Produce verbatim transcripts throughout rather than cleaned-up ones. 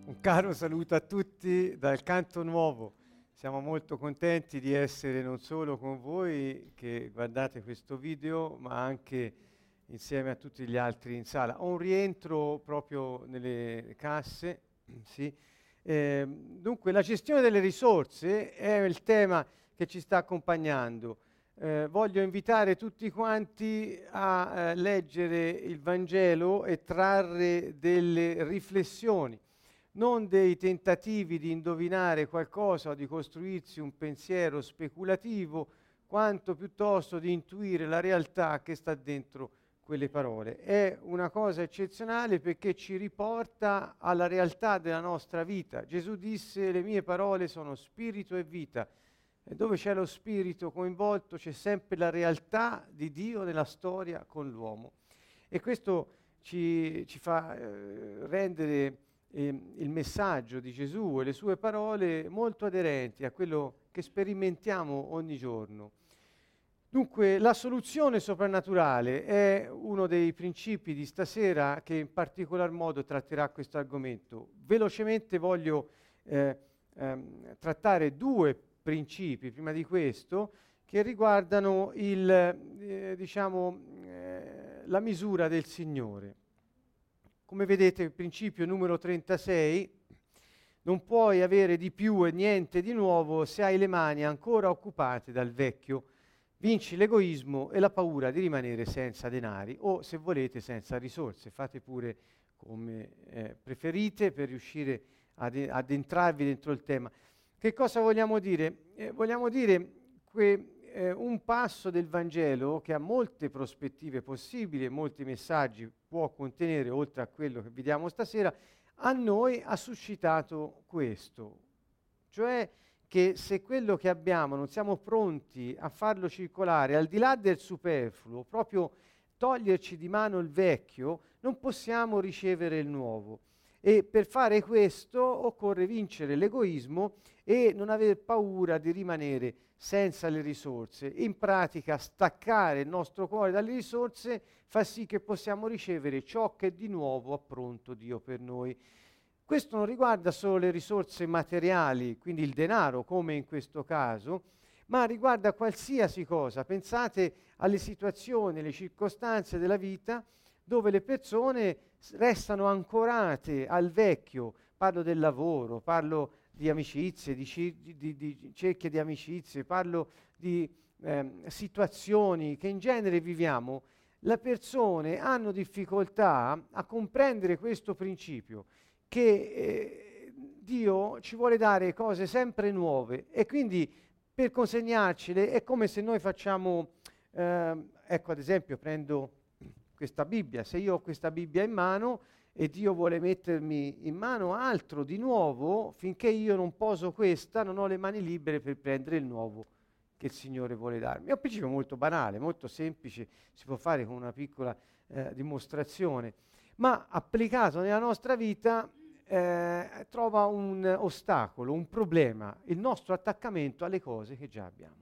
Un caro saluto a tutti dal Canto Nuovo. Siamo molto contenti di essere non solo con voi che guardate questo video, ma anche insieme a tutti gli altri in sala. Ho un rientro proprio nelle casse, sì. Eh, dunque, la gestione delle risorse è il tema che ci sta accompagnando. Eh, voglio invitare tutti quanti a eh, leggere il Vangelo e trarre delle riflessioni, non dei tentativi di indovinare qualcosa o di costruirsi un pensiero speculativo, quanto piuttosto di intuire la realtà che sta dentro quelle parole. È una cosa eccezionale perché ci riporta alla realtà della nostra vita. Gesù disse: le mie parole sono spirito e vita. E dove c'è lo spirito coinvolto c'è sempre la realtà di Dio nella storia con l'uomo. E questo ci, ci fa eh, rendere eh, il messaggio di Gesù e le sue parole molto aderenti a quello che sperimentiamo ogni giorno. Dunque, la soluzione soprannaturale è uno dei principi di stasera che in particolar modo tratterà questo argomento. Velocemente voglio eh, ehm, trattare due principi, prima di questo, che riguardano il, eh, diciamo, eh, la misura del Signore. Come vedete, il principio numero trentasei: non puoi avere di più e niente di nuovo se hai le mani ancora occupate dal vecchio. Vinci l'egoismo e la paura di rimanere senza denari o, se volete, senza risorse. Fate pure come eh, preferite per riuscire ad, ad entrarvi dentro il tema. Che cosa vogliamo dire? Eh, vogliamo dire che eh, un passo del Vangelo che ha molte prospettive possibili e molti messaggi può contenere, oltre a quello che vediamo stasera, a noi ha suscitato questo, cioè che se quello che abbiamo non siamo pronti a farlo circolare, al di là del superfluo, proprio toglierci di mano il vecchio, non possiamo ricevere il nuovo. E per fare questo occorre vincere l'egoismo e non aver paura di rimanere senza le risorse. In pratica, staccare il nostro cuore dalle risorse fa sì che possiamo ricevere ciò che di nuovo ha pronto Dio per noi. Questo non riguarda solo le risorse materiali, quindi il denaro, come in questo caso, ma riguarda qualsiasi cosa. Pensate alle situazioni, alle circostanze della vita dove le persone restano ancorate al vecchio. Parlo del lavoro, parlo di amicizie, di, ci- di, di cerchie di amicizie, parlo di eh, situazioni che in genere viviamo. Le persone hanno difficoltà a comprendere questo principio, che eh, Dio ci vuole dare cose sempre nuove e quindi per consegnarcele è come se noi facciamo, eh, ecco ad esempio prendo questa Bibbia, se io ho questa Bibbia in mano e Dio vuole mettermi in mano altro di nuovo, finché io non poso questa non ho le mani libere per prendere il nuovo che il Signore vuole darmi. È un principio molto banale, molto semplice, si può fare con una piccola eh, dimostrazione, ma applicato nella nostra vita eh, trova un ostacolo, un problema, il nostro attaccamento alle cose che già abbiamo,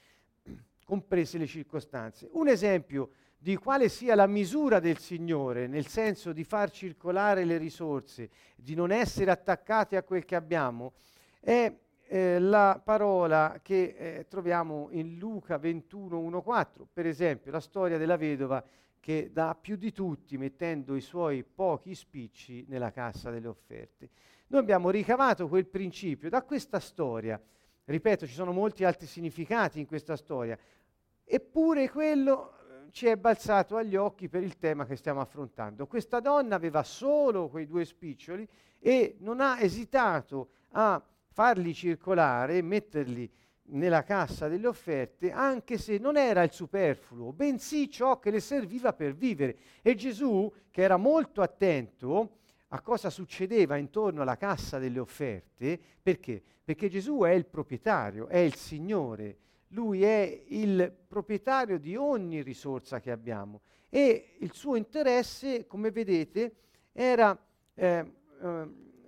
comprese le circostanze. Un esempio di quale sia la misura del Signore, nel senso di far circolare le risorse, di non essere attaccati a quel che abbiamo, è eh, la parola che eh, troviamo in Luca ventuno, uno, quattro, per esempio la storia della vedova che dà più di tutti mettendo i suoi pochi spicci nella cassa delle offerte. Noi abbiamo ricavato quel principio da questa storia. Ripeto, ci sono molti altri significati in questa storia, eppure quello ci è balzato agli occhi per il tema che stiamo affrontando. Questa donna aveva solo quei due spiccioli e non ha esitato a farli circolare e metterli nella cassa delle offerte, anche se non era il superfluo, bensì ciò che le serviva per vivere. E Gesù, che era molto attento a cosa succedeva intorno alla cassa delle offerte, perché? Perché Gesù è il proprietario, è il Signore. Lui è il proprietario di ogni risorsa che abbiamo e il suo interesse, come vedete, era eh, eh,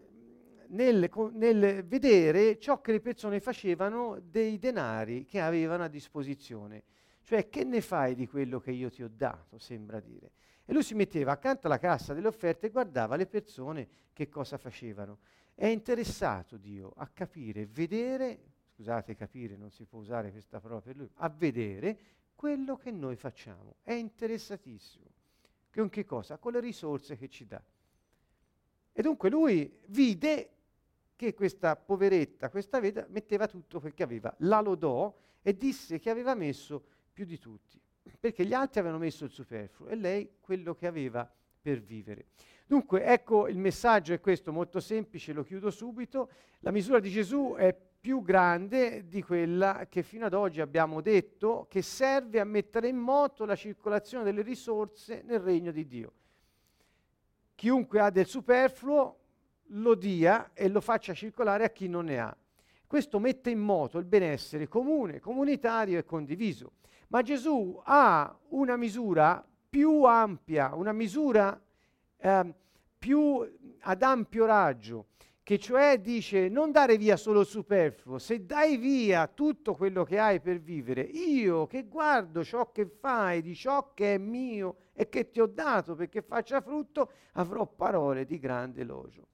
nel, nel vedere ciò che le persone facevano dei denari che avevano a disposizione. Cioè, che ne fai di quello che io ti ho dato, sembra dire. E lui si metteva accanto alla cassa delle offerte e guardava le persone che cosa facevano. È interessato Dio a capire, vedere, scusate, capire, non si può usare questa parola per lui, a vedere quello che noi facciamo. È interessatissimo. Con che cosa? Con le risorse che ci dà. E dunque lui vide che questa poveretta, questa vedova, metteva tutto quel che aveva, la lodò e disse che aveva messo più di tutti, perché gli altri avevano messo il superfluo e lei quello che aveva per vivere. Dunque, ecco, il messaggio è questo, molto semplice, lo chiudo subito. La misura di Gesù è più grande di quella che fino ad oggi abbiamo detto, che serve a mettere in moto la circolazione delle risorse nel regno di Dio. Chiunque ha del superfluo lo dia e lo faccia circolare a chi non ne ha. Questo mette in moto il benessere comune, comunitario e condiviso. Ma Gesù ha una misura più ampia, una misura eh, più ad ampio raggio, che cioè dice non dare via solo il superfluo, se dai via tutto quello che hai per vivere, io che guardo ciò che fai di ciò che è mio e che ti ho dato perché faccia frutto, avrò parole di grande elogio.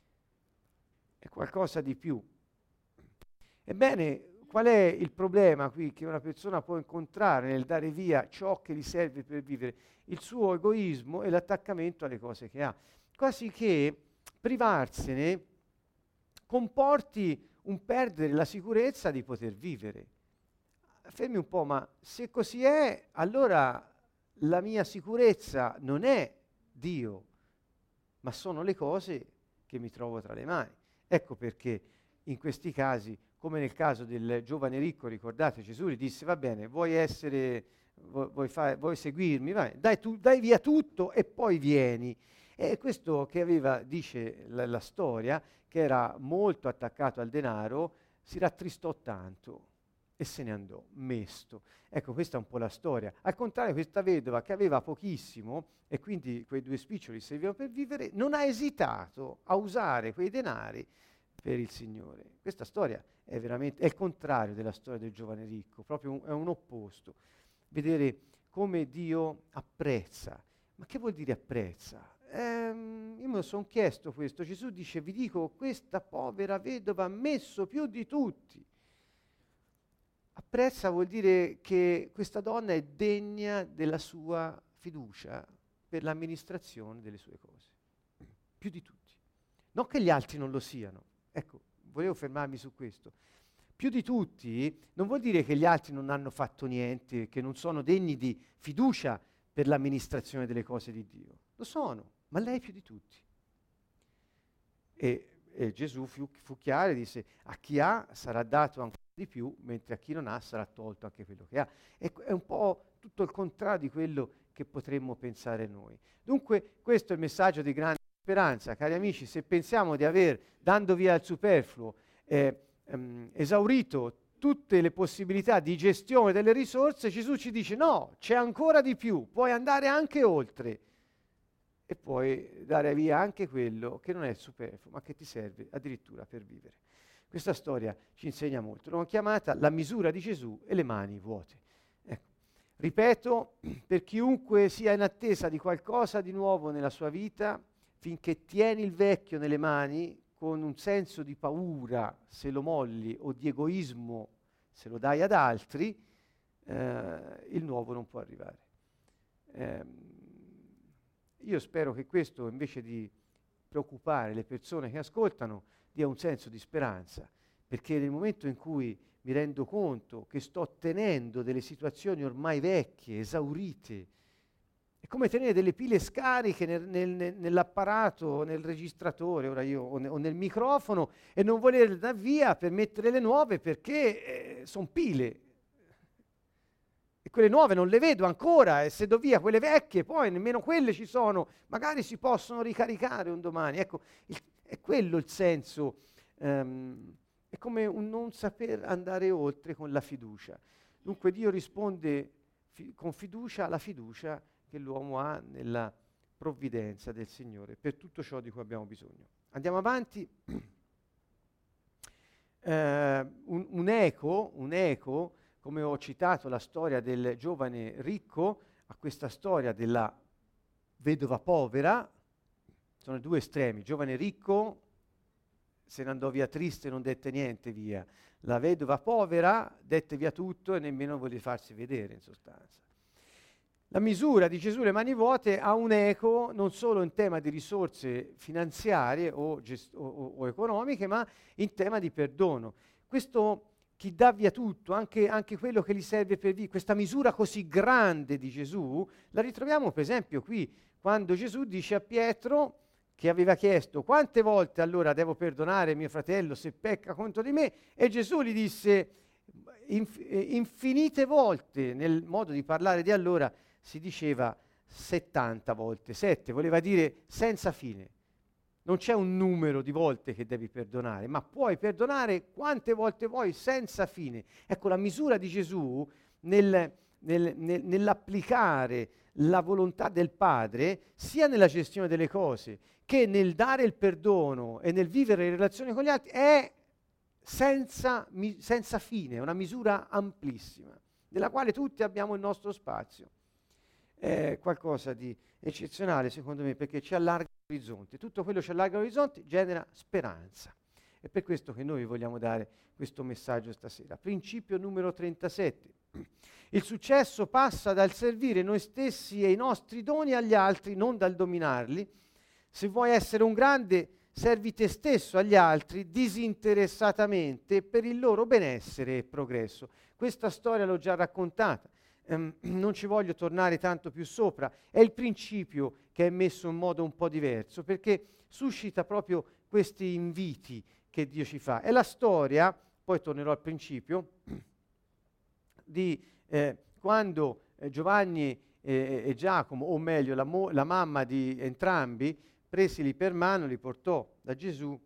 È qualcosa di più. Ebbene, qual è il problema qui che una persona può incontrare nel dare via ciò che gli serve per vivere? Il suo egoismo e l'attaccamento alle cose che ha. Quasi che privarsene comporti un perdere la sicurezza di poter vivere. Fermi un po', ma se così è, allora la mia sicurezza non è Dio, ma sono le cose che mi trovo tra le mani. Ecco perché in questi casi, come nel caso del giovane ricco, ricordate, Gesù gli disse, va bene, vuoi essere, vuoi, vuoi, fare, vuoi seguirmi, vai, dai, tu, dai via tutto e poi vieni. E questo che aveva, dice la, la storia, che era molto attaccato al denaro, si rattristò tanto e se ne andò, mesto. Ecco, questa è un po' la storia. Al contrario, questa vedova che aveva pochissimo, e quindi quei due spiccioli servivano per vivere, non ha esitato a usare quei denari per il Signore. Questa storia è veramente, è il contrario della storia del giovane ricco, proprio un, è un opposto. Vedere come Dio apprezza. Ma che vuol dire apprezza? Ehm, io me lo sono chiesto questo. Gesù dice, vi dico, questa povera vedova ha messo più di tutti. Apprezza vuol dire che questa donna è degna della sua fiducia per l'amministrazione delle sue cose. Più di tutti. Non che gli altri non lo siano. Ecco, volevo fermarmi su questo. Più di tutti non vuol dire che gli altri non hanno fatto niente, che non sono degni di fiducia per l'amministrazione delle cose di Dio. Lo sono, ma lei più di tutti. E, e Gesù fu, fu chiaro e disse, a chi ha sarà dato ancora di più, mentre a chi non ha sarà tolto anche quello che ha. E, è un po' tutto il contrario di quello che potremmo pensare noi. Dunque questo è il messaggio di grande speranza, cari amici. Se pensiamo di aver, dando via il superfluo, eh, ehm, esaurito tutte le possibilità di gestione delle risorse, Gesù ci dice no, c'è ancora di più, puoi andare anche oltre e puoi dare via anche quello che non è superfluo, ma che ti serve addirittura per vivere. Questa storia ci insegna molto. L'ho chiamata la misura di Gesù e le mani vuote. Ecco. Ripeto, per chiunque sia in attesa di qualcosa di nuovo nella sua vita, finché tieni il vecchio nelle mani, con un senso di paura se lo molli o di egoismo se lo dai ad altri, eh, il nuovo non può arrivare. Eh, io spero che questo, invece di preoccupare le persone che ascoltano, dia un senso di speranza, perché nel momento in cui mi rendo conto che sto tenendo delle situazioni ormai vecchie, esaurite, è come tenere delle pile scariche nel, nel, nell'apparato, nel registratore, ora io, o, ne, o nel microfono, e non volerle dar via per mettere le nuove perché eh, sono pile. E quelle nuove non le vedo ancora, e se do via quelle vecchie, poi nemmeno quelle ci sono, magari si possono ricaricare un domani. Ecco, il, è quello il senso, um, è come un non saper andare oltre con la fiducia. Dunque Dio risponde fi- con fiducia alla fiducia che l'uomo ha nella provvidenza del Signore per tutto ciò di cui abbiamo bisogno. Andiamo avanti. Eh, un, un eco, un eco, come ho citato la storia del giovane ricco, a questa storia della vedova povera, sono due estremi, giovane ricco se ne andò via triste e non dette niente via, la vedova povera dette via tutto e nemmeno volle farsi vedere in sostanza. La misura di Gesù le mani vuote ha un eco non solo in tema di risorse finanziarie o, gest- o, o, o economiche, ma in tema di perdono. Questo chi dà via tutto, anche, anche quello che gli serve per vivere, questa misura così grande di Gesù, la ritroviamo per esempio qui, quando Gesù dice a Pietro, che aveva chiesto quante volte allora devo perdonare mio fratello se pecca contro di me, e Gesù gli disse inf- infinite volte, nel modo di parlare di allora si diceva settanta volte, sette, voleva dire senza fine. Non c'è un numero di volte che devi perdonare, ma puoi perdonare quante volte vuoi senza fine. Ecco, la misura di Gesù nel, nel, nel, nell'applicare la volontà del Padre, sia nella gestione delle cose, che nel dare il perdono e nel vivere le relazioni con gli altri, è senza, mi, senza fine, è una misura amplissima, nella quale tutti abbiamo il nostro spazio. È qualcosa di eccezionale secondo me, perché ci allarga l'orizzonte. Tutto quello che ci allarga l'orizzonte genera speranza. È per questo che noi vogliamo dare questo messaggio stasera. Principio numero trentasette. Il successo passa dal servire noi stessi e i nostri doni agli altri, non dal dominarli. Se vuoi essere un grande, servi te stesso agli altri disinteressatamente per il loro benessere e progresso. Questa storia l'ho già raccontata. Um, non ci voglio tornare tanto più sopra, è il principio che è messo in modo un po' diverso, perché suscita proprio questi inviti che Dio ci fa. È la storia, poi tornerò al principio, di eh, quando eh, Giovanni e, e Giacomo, o meglio la, mo- la mamma di entrambi, presili per mano, li portò da Gesù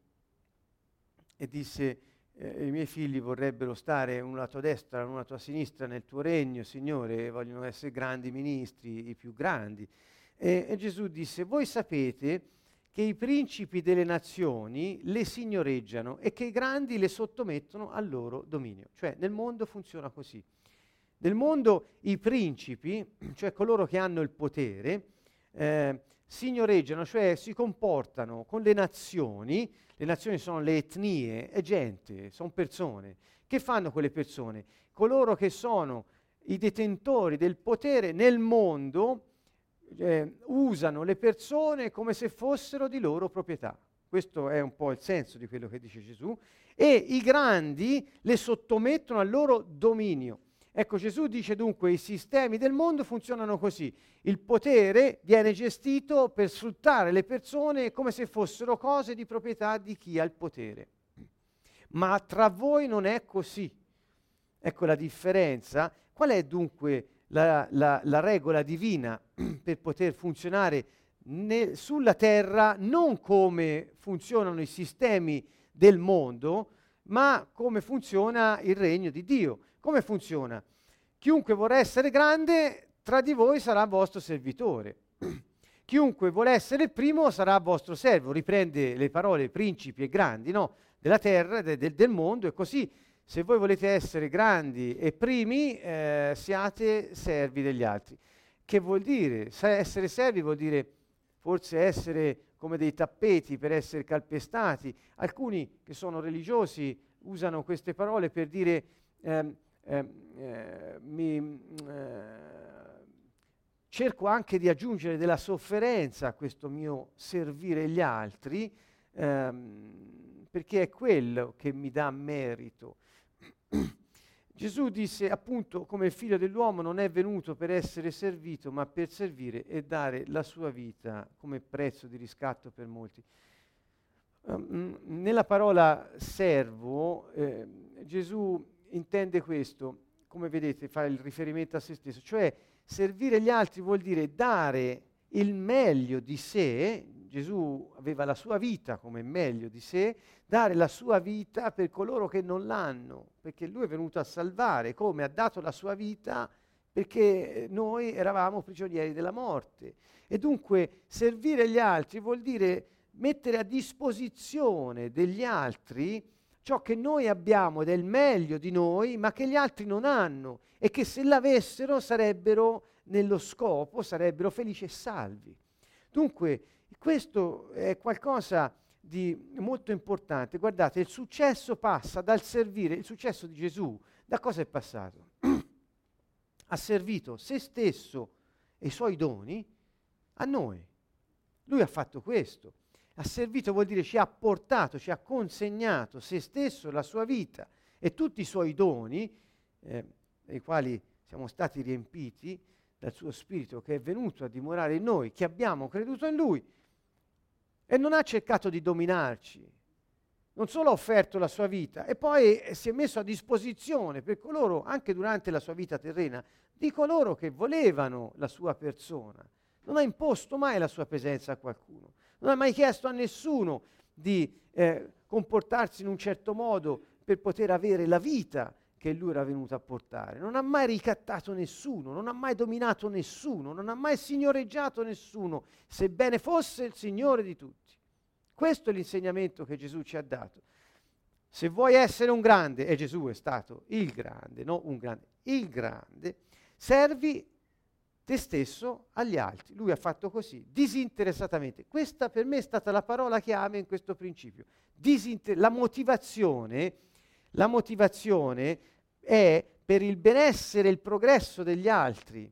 e disse: Eh, i miei figli vorrebbero stare uno alla tua destra, uno alla tua sinistra nel tuo regno, Signore, vogliono essere grandi ministri, i più grandi. E, e Gesù disse: voi sapete che i principi delle nazioni le signoreggiano e che i grandi le sottomettono al loro dominio. Cioè nel mondo funziona così. Nel mondo i principi, cioè coloro che hanno il potere, eh, signoreggiano, cioè si comportano con le nazioni. Le nazioni sono le etnie, è gente, sono persone. Che fanno quelle persone? Coloro che sono i detentori del potere nel mondo eh, usano le persone come se fossero di loro proprietà. Questo è un po' il senso di quello che dice Gesù. E i grandi le sottomettono al loro dominio. Ecco, Gesù dice dunque: i sistemi del mondo funzionano così. Il potere viene gestito per sfruttare le persone come se fossero cose di proprietà di chi ha il potere. Ma tra voi non è così. Ecco la differenza. Qual è dunque la, la, la regola divina per poter funzionare ne, sulla terra, non come funzionano i sistemi del mondo, ma come funziona il regno di Dio? Come funziona? Chiunque vorrà essere grande tra di voi sarà vostro servitore. Chiunque vuole essere il primo sarà vostro servo. Riprende le parole principi e grandi, no? Della terra, de, de, del mondo, e così se voi volete essere grandi e primi, eh, siate servi degli altri. Che vuol dire? Se essere servi vuol dire forse essere come dei tappeti per essere calpestati. Alcuni che sono religiosi usano queste parole per dire ehm, Eh, eh, mi, eh, cerco anche di aggiungere della sofferenza a questo mio servire gli altri, ehm, perché è quello che mi dà merito. Gesù disse appunto, come il figlio dell'uomo non è venuto per essere servito, ma per servire e dare la sua vita come prezzo di riscatto per molti. Um, nella parola servo, eh, Gesù intende questo, come vedete, fa il riferimento a se stesso, cioè servire gli altri vuol dire dare il meglio di sé. Gesù aveva la sua vita come meglio di sé, dare la sua vita per coloro che non l'hanno, perché lui è venuto a salvare, come ha dato la sua vita perché noi eravamo prigionieri della morte. E dunque servire gli altri vuol dire mettere a disposizione degli altri ciò che noi abbiamo del meglio di noi, ma che gli altri non hanno, e che se l'avessero sarebbero nello scopo, sarebbero felici e salvi. Dunque, questo è qualcosa di molto importante. Guardate, il successo passa dal servire, il successo di Gesù, da cosa è passato? Ha servito se stesso e i suoi doni a noi. Lui ha fatto questo. Ha servito vuol dire ci ha portato, ci ha consegnato se stesso, la sua vita e tutti i suoi doni, eh, dei quali siamo stati riempiti dal suo Spirito che è venuto a dimorare in noi, che abbiamo creduto in Lui, e non ha cercato di dominarci. Non solo ha offerto la sua vita, e poi eh, si è messo a disposizione per coloro, anche durante la sua vita terrena, di coloro che volevano la sua persona. Non ha imposto mai la sua presenza a qualcuno. Non ha mai chiesto a nessuno di eh, comportarsi in un certo modo per poter avere la vita che lui era venuto a portare. Non ha mai ricattato nessuno, non ha mai dominato nessuno, non ha mai signoreggiato nessuno, sebbene fosse il Signore di tutti. Questo è l'insegnamento che Gesù ci ha dato. Se vuoi essere un grande, e Gesù è stato il grande, non un grande, il grande, servi te stesso agli altri. Lui ha fatto così, disinteressatamente. Questa per me è stata la parola chiave in questo principio. Disinter- la motivazione, la motivazione è per il benessere e il progresso degli altri.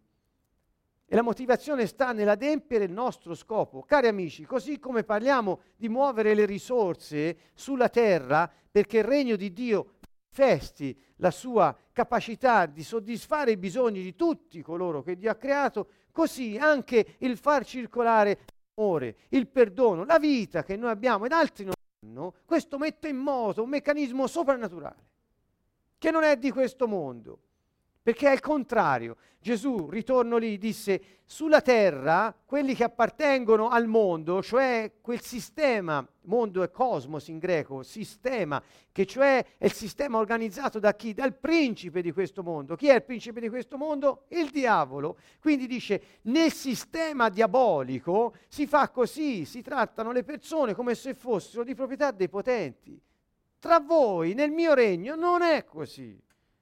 E la motivazione sta nell'adempiere il nostro scopo. Cari amici, così come parliamo di muovere le risorse sulla terra perché il regno di Dio manifesti la sua capacità di soddisfare i bisogni di tutti coloro che Dio ha creato, così anche il far circolare l'amore, il perdono, la vita che noi abbiamo ed altri non hanno, questo mette in moto un meccanismo soprannaturale che non è di questo mondo. Perché è il contrario. Gesù, ritorno lì, disse, sulla terra, quelli che appartengono al mondo, cioè quel sistema, mondo è cosmos in greco, sistema, che cioè è il sistema organizzato da chi? Dal principe di questo mondo. Chi è il principe di questo mondo? Il diavolo. Quindi dice, nel sistema diabolico si fa così, si trattano le persone come se fossero di proprietà dei potenti. Tra voi, nel mio regno, non è così.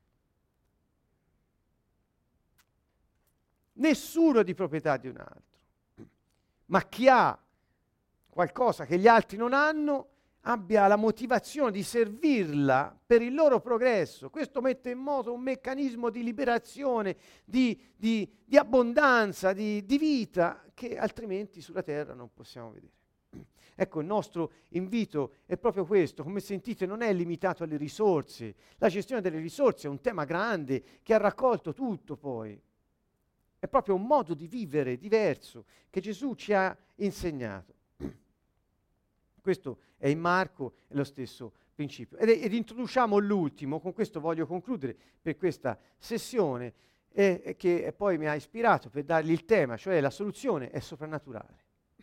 Nessuno è di proprietà di un altro, ma chi ha qualcosa che gli altri non hanno abbia la motivazione di servirla per il loro progresso. Questo mette in moto un meccanismo di liberazione, di, di, di abbondanza, di, di vita che altrimenti sulla terra non possiamo vedere. Ecco, il nostro invito è proprio questo. Come sentite, non è limitato alle risorse. La gestione delle risorse è un tema grande che ha raccolto tutto poi. È proprio un modo di vivere diverso che Gesù ci ha insegnato. Questo è in Marco, è lo stesso principio. Ed, ed introduciamo l'ultimo, con questo voglio concludere per questa sessione, eh, che poi mi ha ispirato per dargli il tema, cioè la soluzione è soprannaturale.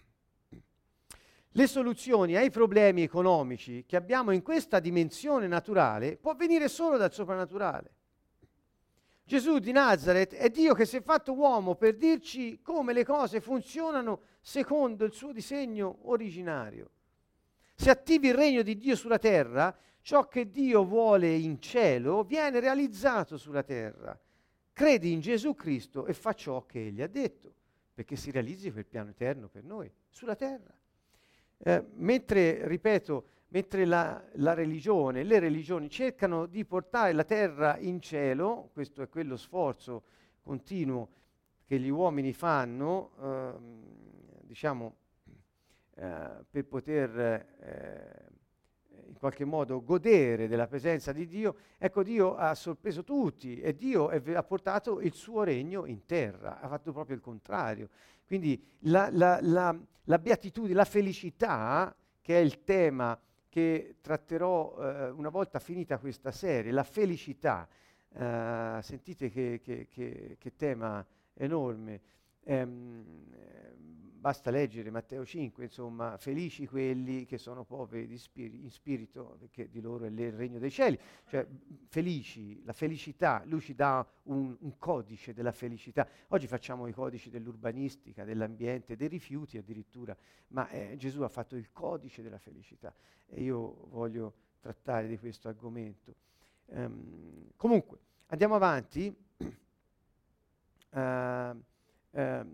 Le soluzioni ai problemi economici che abbiamo in questa dimensione naturale può venire solo dal soprannaturale. Gesù di Nazareth è Dio che si è fatto uomo per dirci come le cose funzionano secondo il suo disegno originario. Se attivi il regno di Dio sulla terra, ciò che Dio vuole in cielo viene realizzato sulla terra. Credi in Gesù Cristo e fa ciò che Egli ha detto, perché si realizzi quel piano eterno per noi, sulla terra. Eh, mentre, ripeto, mentre la, la religione, le religioni cercano di portare la terra in cielo, questo è quello sforzo continuo che gli uomini fanno, eh, diciamo, eh, per poter eh, in qualche modo godere della presenza di Dio, ecco, Dio ha sorpreso tutti e Dio è, ha portato il suo regno in terra, ha fatto proprio il contrario. Quindi la, la, la, la beatitudine, la felicità, che è il tema che tratterò eh, una volta finita questa serie, la felicità, eh, sentite che, che, che, che tema enorme, ehm, basta leggere Matteo cinque, insomma, felici quelli che sono poveri di spiri- in spirito, perché di loro è il regno dei cieli, cioè felici, la felicità, lui ci dà un, un codice della felicità. Oggi facciamo i codici dell'urbanistica, dell'ambiente, dei rifiuti addirittura, ma eh, Gesù ha fatto il codice della felicità e io voglio trattare di questo argomento. Um, comunque, andiamo avanti. Uh, um,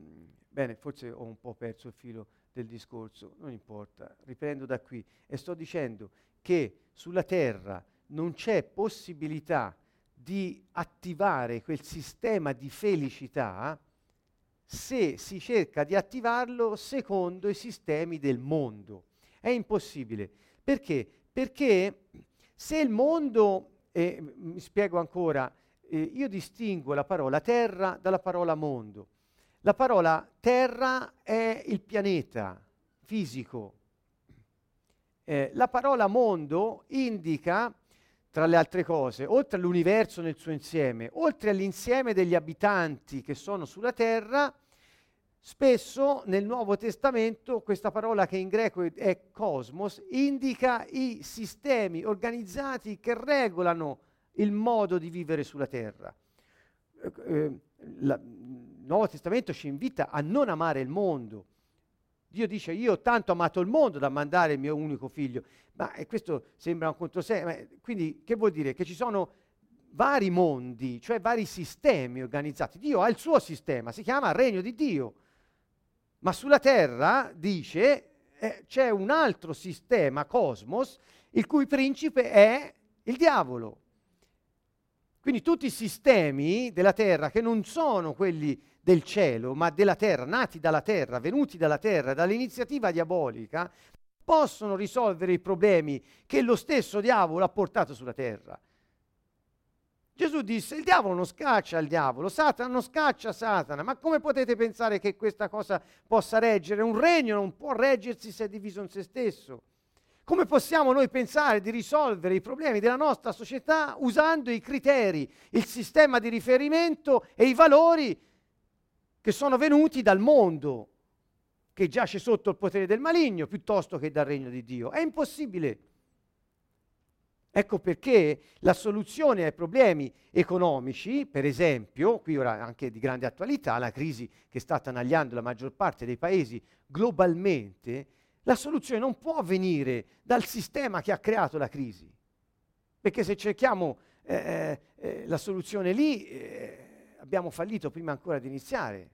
Bene, forse ho un po' perso il filo del discorso, non importa, riprendo da qui e sto dicendo che sulla terra non c'è possibilità di attivare quel sistema di felicità se si cerca di attivarlo secondo i sistemi del mondo. È impossibile. Perché? Perché se il mondo, eh, mi spiego ancora, eh, io distingo la parola terra dalla parola mondo. La parola terra è il pianeta fisico. Eh, la parola mondo indica, tra le altre cose, oltre all'universo nel suo insieme, oltre all'insieme degli abitanti che sono sulla terra, spesso nel Nuovo Testamento questa parola, che in greco è, è cosmos, indica i sistemi organizzati che regolano il modo di vivere sulla terra. Eh, eh, la, il Nuovo Testamento ci invita a non amare il mondo. Dio dice: io ho tanto amato il mondo da mandare il mio unico figlio. Ma e questo sembra un controsenso. Quindi che vuol dire? Che ci sono vari mondi, cioè vari sistemi organizzati. Dio ha il suo sistema, si chiama Regno di Dio. Ma sulla terra, dice, eh, c'è un altro sistema, cosmos, il cui principe è il diavolo. Quindi tutti i sistemi della terra, che non sono quelli del cielo, ma della terra, nati dalla terra, venuti dalla terra, dall'iniziativa diabolica, possono risolvere i problemi che lo stesso diavolo ha portato sulla terra. Gesù disse: il diavolo non scaccia il diavolo, Satana non scaccia Satana. Ma come potete pensare che questa cosa possa reggere? Un regno non può reggersi se è diviso in se stesso. Come possiamo noi pensare di risolvere i problemi della nostra società usando i criteri, il sistema di riferimento e i valori che sono venuti dal mondo, che giace sotto il potere del maligno, piuttosto che dal regno di Dio? È impossibile. Ecco perché la soluzione ai problemi economici, per esempio, qui ora anche di grande attualità, la crisi che sta attanagliando la maggior parte dei paesi globalmente, la soluzione non può venire dal sistema che ha creato la crisi. Perché se cerchiamo eh, eh, la soluzione lì, eh, abbiamo fallito prima ancora di iniziare.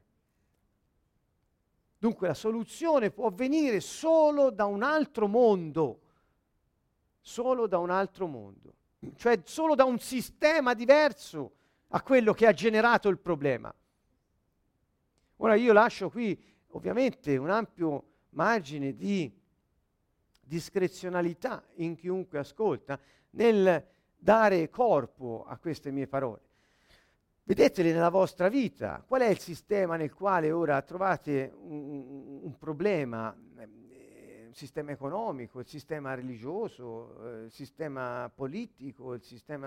Dunque la soluzione può venire solo da un altro mondo. Solo da un altro mondo, cioè solo da un sistema diverso a quello che ha generato il problema. Ora io lascio qui ovviamente un ampio margine di discrezionalità in chiunque ascolta nel dare corpo a queste mie parole. Vedetele nella vostra vita, qual è il sistema nel quale ora trovate un, un problema, il sistema economico, il sistema religioso, eh, il sistema politico, il sistema,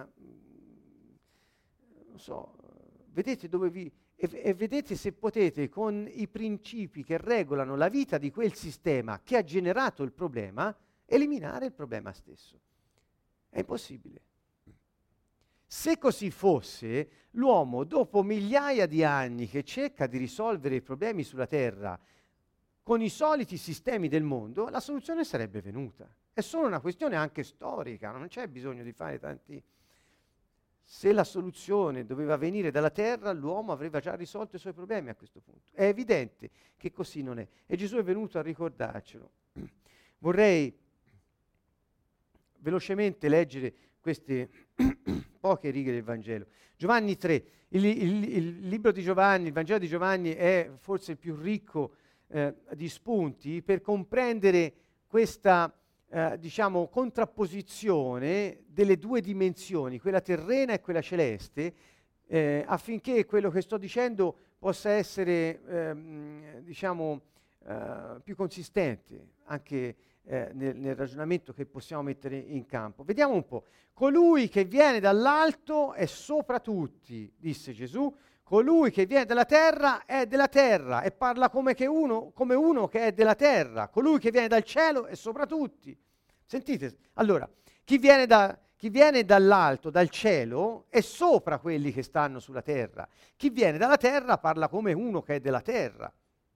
non so, vedete dove vi, e, e vedete se potete con i principi che regolano la vita di quel sistema che ha generato il problema, eliminare il problema stesso. È impossibile. Se così fosse, l'uomo, dopo migliaia di anni che cerca di risolvere i problemi sulla Terra con i soliti sistemi del mondo, la soluzione sarebbe venuta. È solo una questione anche storica, non c'è bisogno di fare tanti... Se la soluzione doveva venire dalla terra, l'uomo avrebbe già risolto i suoi problemi a questo punto. È evidente che così non è. E Gesù è venuto a ricordarcelo. Vorrei velocemente leggere queste poche righe del Vangelo. Giovanni tre, il, il, il libro di Giovanni, il Vangelo di Giovanni è forse il più ricco Eh, di spunti per comprendere questa eh, diciamo contrapposizione delle due dimensioni, quella terrena e quella celeste, eh, affinché quello che sto dicendo possa essere ehm, diciamo eh, più consistente anche eh, nel, nel ragionamento che possiamo mettere in campo. Vediamo un po'. Colui che viene dall'alto è sopra tutti, disse Gesù. Colui che viene dalla terra è della terra e parla come, che uno, come uno che è della terra. Colui che viene dal cielo è sopra tutti. Sentite? Allora, chi viene, da, chi viene dall'alto, dal cielo, è sopra quelli che stanno sulla terra. Chi viene dalla terra parla come uno che è della terra.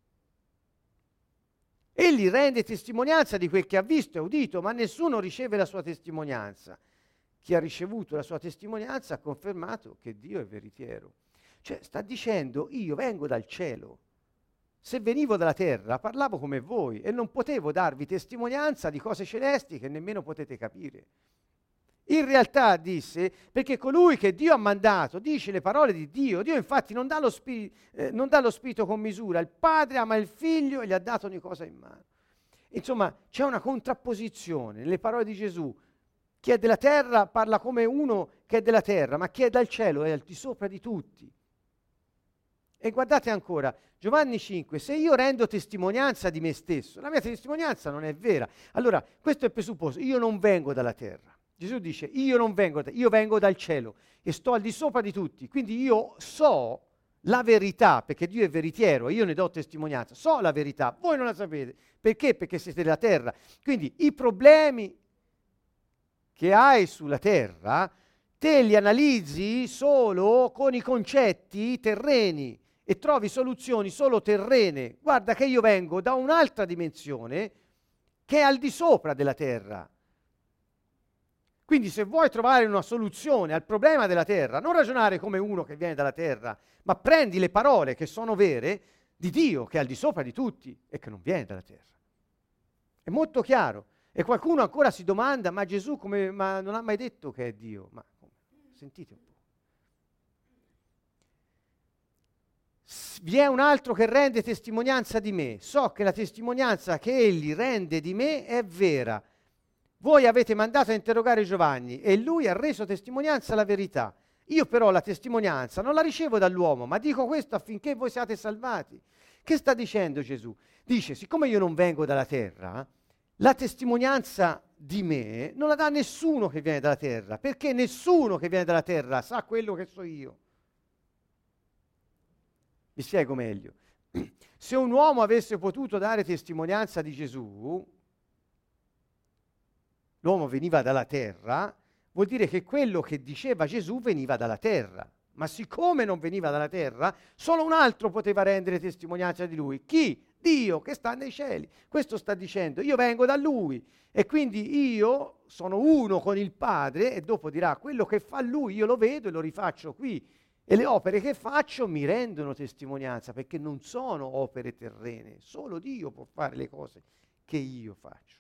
Egli rende testimonianza di quel che ha visto e udito, ma nessuno riceve la sua testimonianza. Chi ha ricevuto la sua testimonianza ha confermato che Dio è veritiero. Cioè sta dicendo: io vengo dal cielo, Se venivo dalla terra, parlavo come voi e non potevo darvi testimonianza di cose celesti che nemmeno potete capire. In realtà disse, perché colui che Dio ha mandato dice le parole di Dio. Dio infatti non dà lo, spirito, eh, non dà lo spirito con misura. Il Padre ama il Figlio e gli ha dato ogni cosa in mano. Insomma, c'è una contrapposizione nelle parole di Gesù. Chi è della terra parla come uno che è della terra, ma chi è dal cielo è al di sopra di tutti. E guardate ancora, Giovanni cinque, se io rendo testimonianza di me stesso, la mia testimonianza non è vera. Allora, questo è il presupposto, io non vengo dalla terra. Gesù dice, io non vengo, da, io vengo dal cielo e sto al di sopra di tutti, quindi io so la verità, perché Dio è veritiero e io ne do testimonianza, so la verità, voi non la sapete. Perché? Perché siete della terra. Quindi i problemi che hai sulla terra, te li analizzi solo con i concetti terreni e trovi soluzioni solo terrene. Guarda che io vengo da un'altra dimensione che è al di sopra della terra. Quindi se vuoi trovare una soluzione al problema della terra, non ragionare come uno che viene dalla terra, ma prendi le parole che sono vere di Dio, che è al di sopra di tutti e che non viene dalla terra. È molto chiaro. E qualcuno ancora si domanda, ma Gesù come, ma non ha mai detto che è Dio? Ma sentite un po'. Vi è un altro che rende testimonianza di me. So che la testimonianza che egli rende di me è vera. Voi avete mandato a interrogare Giovanni e lui ha reso testimonianza alla verità. Io però la testimonianza non la ricevo dall'uomo, ma dico questo affinché voi siate salvati. Che sta dicendo Gesù? Dice, siccome io non vengo dalla terra, la testimonianza di me non la dà nessuno che viene dalla terra, perché nessuno che viene dalla terra sa quello che so io. Vi spiego meglio. Se un uomo avesse potuto dare testimonianza di Gesù, l'uomo veniva dalla terra, vuol dire che quello che diceva Gesù veniva dalla terra. Ma siccome non veniva dalla terra, solo un altro poteva rendere testimonianza di lui. Chi? Dio che sta nei cieli. Questo sta dicendo, io vengo da lui e quindi io sono uno con il Padre e dopo dirà, quello che fa lui io lo vedo e lo rifaccio qui. E le opere che faccio mi rendono testimonianza perché non sono opere terrene, solo Dio può fare le cose che io faccio.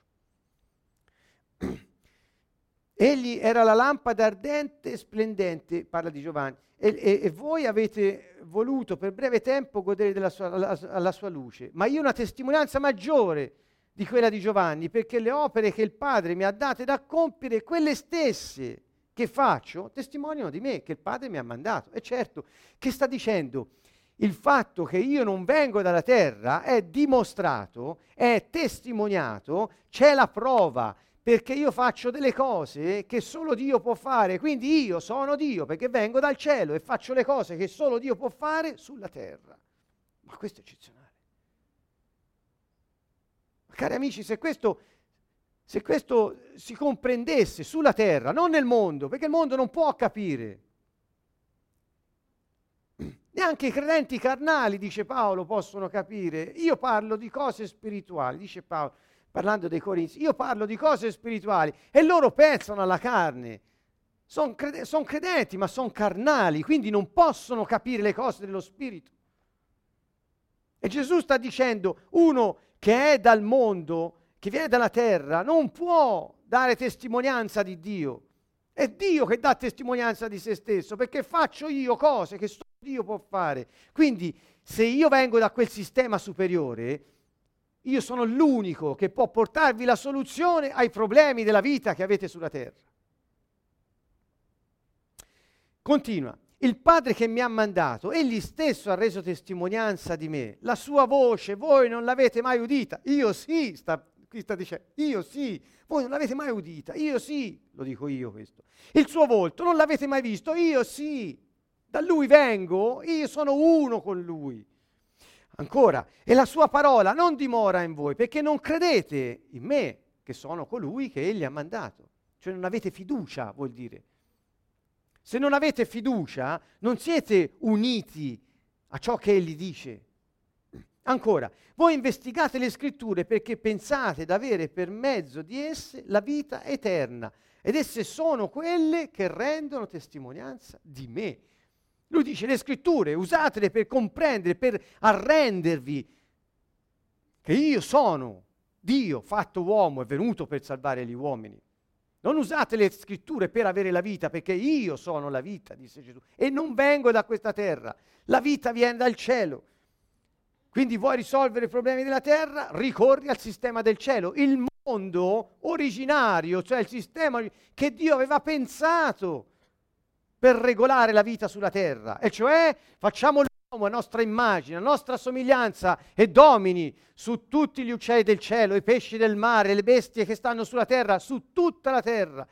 Egli era la lampada ardente e splendente, parla di Giovanni, e, e, e voi avete voluto per breve tempo godere della sua, alla, alla sua luce, ma io ho una testimonianza maggiore di quella di Giovanni, perché le opere che il Padre mi ha date da compiere, quelle stesse che faccio, testimoniano di me, che il Padre mi ha mandato. E certo, che sta dicendo? Il fatto che io non vengo dalla terra è dimostrato, è testimoniato, c'è la prova, perché io faccio delle cose che solo Dio può fare, quindi io sono Dio perché vengo dal cielo e faccio le cose che solo Dio può fare sulla terra. Ma questo è eccezionale. Ma cari amici, se questo, se questo si comprendesse sulla terra, non nel mondo, perché il mondo non può capire. Neanche i credenti carnali, dice Paolo, possono capire. Io parlo di cose spirituali, dice Paolo, parlando dei Corinzi, io parlo di cose spirituali e loro pensano alla carne. Sono crede- son credenti, ma sono carnali, quindi non possono capire le cose dello spirito. E Gesù sta dicendo, uno che è dal mondo, che viene dalla terra, non può dare testimonianza di Dio. È Dio che dà testimonianza di se stesso, perché faccio io cose che solo Dio può fare. Quindi, se io vengo da quel sistema superiore, io sono l'unico che può portarvi la soluzione ai problemi della vita che avete sulla terra. Continua. Il Padre che mi ha mandato, egli stesso ha reso testimonianza di me. La sua voce voi non l'avete mai udita. Io sì, sta, qui sta dicendo, io sì. Voi non l'avete mai udita. Io sì, lo dico io questo. Il suo volto non l'avete mai visto. Io sì. Da lui vengo, io sono uno con lui. Ancora, e la sua parola non dimora in voi, perché non credete in me, che sono colui che egli ha mandato. Cioè non avete fiducia, vuol dire. Se non avete fiducia, non siete uniti a ciò che egli dice. Ancora, voi investigate le scritture perché pensate d'avere per mezzo di esse la vita eterna, ed esse sono quelle che rendono testimonianza di me. Lui dice le scritture usatele per comprendere, per arrendervi che io sono Dio fatto uomo, è venuto per salvare gli uomini. Non usate le scritture per avere la vita, perché io sono la vita, disse Gesù, e non vengo da questa terra. La vita viene dal cielo. Quindi vuoi risolvere i problemi della terra? Ricorri al sistema del cielo. Il mondo originario, cioè il sistema che Dio aveva pensato per regolare la vita sulla terra, e cioè facciamo l'uomo a nostra immagine, a nostra somiglianza, e domini su tutti gli uccelli del cielo, i pesci del mare, le bestie che stanno sulla terra, su tutta la terra.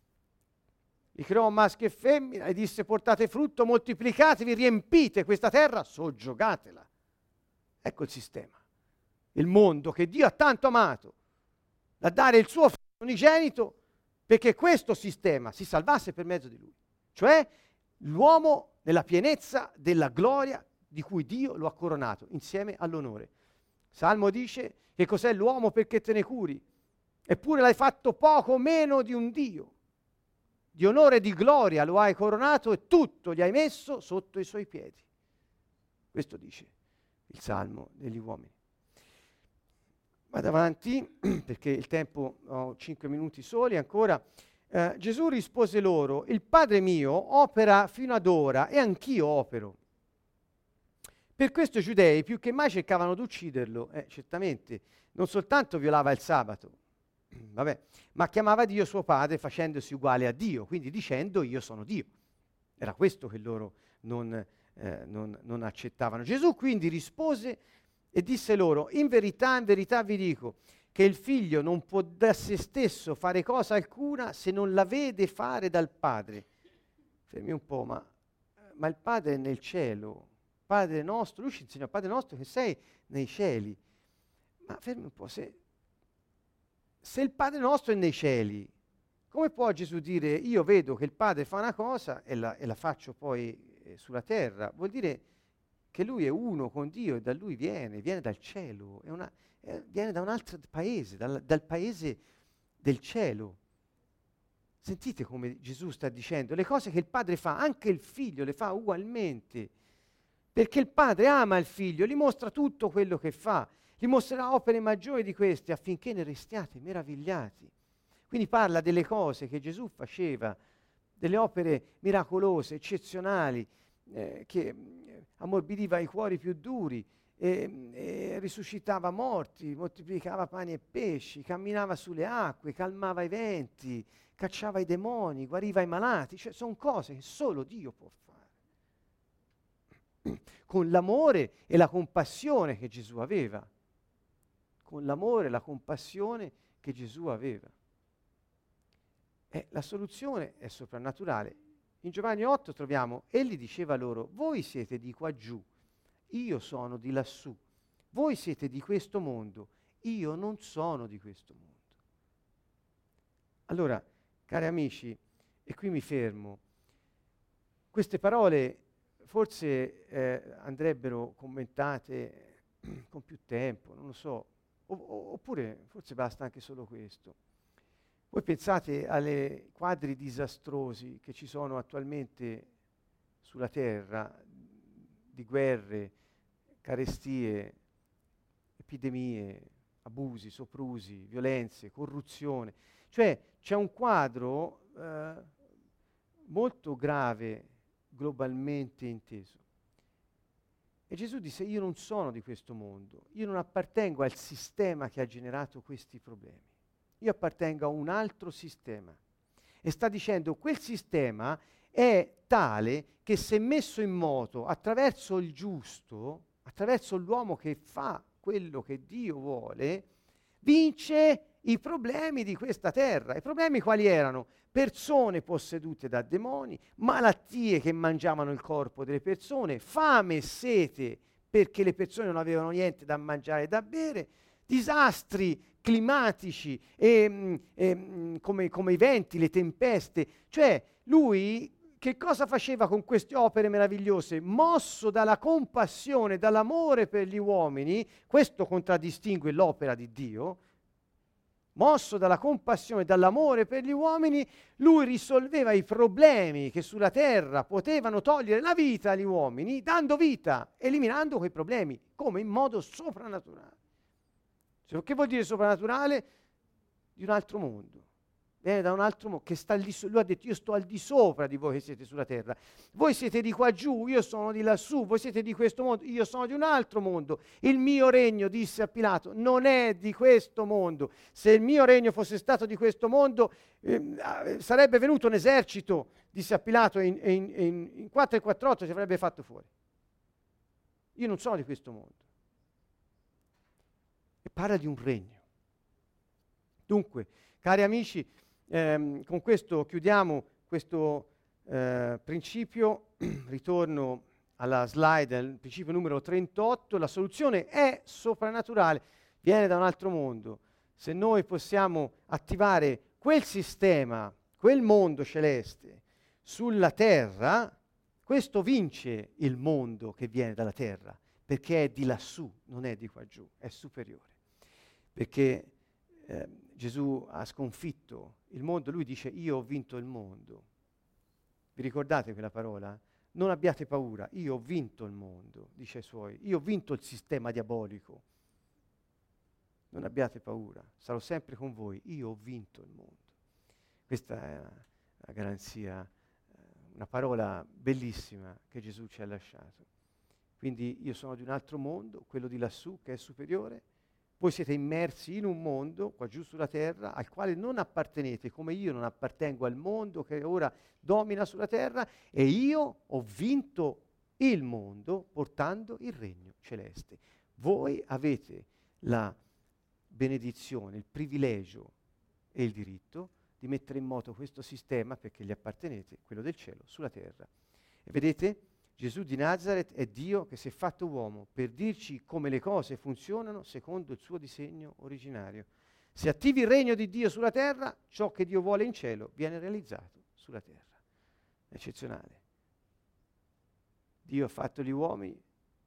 Li creò maschio e femmina e disse: portate frutto, moltiplicatevi, riempite questa terra, soggiogatela. Ecco il sistema, il mondo che Dio ha tanto amato da dare il suo figlio unigenito perché questo sistema si salvasse per mezzo di lui, cioè l'uomo nella pienezza della gloria di cui Dio lo ha coronato insieme all'onore. Salmo dice: che cos'è l'uomo perché te ne curi? Eppure l'hai fatto poco meno di un Dio. Di onore e di gloria lo hai coronato e tutto gli hai messo sotto i suoi piedi. Questo dice il Salmo degli uomini. Vado avanti perché il tempo, ho cinque minuti soli ancora. Eh, Gesù rispose loro: il Padre mio opera fino ad ora e anch'io opero. Per questo i giudei più che mai cercavano di ucciderlo. Eh, certamente, non soltanto violava il sabato, vabbè, ma chiamava Dio suo Padre facendosi uguale a Dio, quindi dicendo: io sono Dio. Era questo che loro non, eh, non, non accettavano. Gesù quindi rispose e disse loro: in verità, in verità vi dico che il figlio non può da se stesso fare cosa alcuna se non la vede fare dal Padre. Fermi un po', ma, ma il Padre è nel cielo. Padre nostro, lui ci insegna: Padre nostro che sei nei cieli. Ma fermi un po', se, se il Padre nostro è nei cieli, come può Gesù dire: io vedo che il Padre fa una cosa e la, e la faccio poi eh, sulla terra? Vuol dire che lui è uno con Dio e da lui viene, viene dal cielo, è una, è, viene da un altro paese, dal, dal paese del cielo. Sentite come Gesù sta dicendo: le cose che il Padre fa, anche il Figlio le fa ugualmente. Perché il Padre ama il Figlio, gli mostra tutto quello che fa, gli mostrerà opere maggiori di queste affinché ne restiate meravigliati. Quindi parla delle cose che Gesù faceva, delle opere miracolose, eccezionali, eh, che eh, ammorbidiva i cuori più duri, e, e risuscitava morti, moltiplicava pani e pesci, camminava sulle acque, calmava i venti, cacciava i demoni, guariva i malati. Cioè, sono cose che solo Dio può fare. Con l'amore e la compassione che Gesù aveva. Con l'amore e la compassione che Gesù aveva. E la soluzione è soprannaturale. In Giovanni otto troviamo: egli diceva loro: voi siete di qua giù, io sono di lassù. Voi siete di questo mondo, io non sono di questo mondo. Allora, cari amici, e qui mi fermo, queste parole forse eh, andrebbero commentate con più tempo, non lo so, o, o, oppure forse basta anche solo questo. Voi pensate alle quadri disastrosi che ci sono attualmente sulla terra, di guerre, carestie, epidemie, abusi, soprusi, violenze, corruzione. Cioè c'è un quadro eh, molto grave globalmente inteso. E Gesù disse: io non sono di questo mondo, io non appartengo al sistema che ha generato questi problemi, io appartengo a un altro sistema. E sta dicendo: quel sistema è tale che se messo in moto attraverso il giusto, attraverso l'uomo che fa quello che Dio vuole, vince i problemi di questa terra. I problemi quali erano? Persone possedute da demoni, malattie che mangiavano il corpo delle persone, fame e sete perché le persone non avevano niente da mangiare e da bere, disastri climatici e, e, come, come i venti, le tempeste. Cioè lui che cosa faceva con queste opere meravigliose? Mosso dalla compassione, dall'amore per gli uomini, questo contraddistingue l'opera di Dio. Mosso dalla compassione e dall'amore per gli uomini, lui risolveva i problemi che sulla terra potevano togliere la vita agli uomini, dando vita, eliminando quei problemi, come in modo soprannaturale. Cioè, che vuol dire soprannaturale? Di un altro mondo. Viene da un altro mondo che sta al di sopra. Lui ha detto: io sto al di sopra di voi che siete sulla terra. Voi siete di qua giù, io sono di lassù. Voi siete di questo mondo, io sono di un altro mondo. Il mio regno, disse a Pilato, non è di questo mondo. Se il mio regno fosse stato di questo mondo, eh, sarebbe venuto un esercito, disse a Pilato, e in, in, in, in quattro e quarantotto ci avrebbe fatto fuori. Io non sono di questo mondo. E parla di un regno. Dunque, cari amici, ehm, con questo chiudiamo questo eh, principio. Ritorno alla slide, il principio numero trentotto. La soluzione è soprannaturale, viene da un altro mondo. Se noi possiamo attivare quel sistema, quel mondo celeste sulla terra, questo vince il mondo che viene dalla terra, perché è di lassù, non è di qua giù, è superiore. Perché eh, Gesù ha sconfitto il mondo, lui dice: io ho vinto il mondo. Vi ricordate quella parola? Non abbiate paura, io ho vinto il mondo, dice ai suoi, io ho vinto il sistema diabolico. Non abbiate paura, sarò sempre con voi, io ho vinto il mondo. Questa è una, una garanzia, una parola bellissima che Gesù ci ha lasciato. Quindi io sono di un altro mondo, quello di lassù che è superiore. Voi siete immersi in un mondo, qua giù sulla terra, al quale non appartenete, come io non appartengo al mondo che ora domina sulla terra, e io ho vinto il mondo portando il regno celeste. Voi avete la benedizione, il privilegio e il diritto di mettere in moto questo sistema, perché gli appartenete, quello del cielo, sulla terra. E vedete? Gesù di Nazaret è Dio che si è fatto uomo per dirci come le cose funzionano secondo il suo disegno originario. Se attivi il regno di Dio sulla terra, ciò che Dio vuole in cielo viene realizzato sulla terra. È eccezionale. Dio ha fatto gli uomini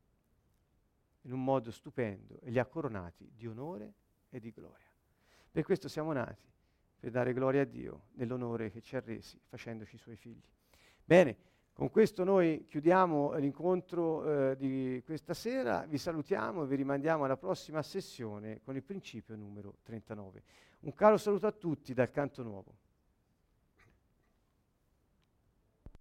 in un modo stupendo e li ha coronati di onore e di gloria. Per questo siamo nati, per dare gloria a Dio nell'onore che ci ha resi facendoci i suoi figli. Bene. Con questo noi chiudiamo l'incontro eh, di questa sera, vi salutiamo e vi rimandiamo alla prossima sessione con il principio numero trentanove. Un caro saluto a tutti dal Canto Nuovo.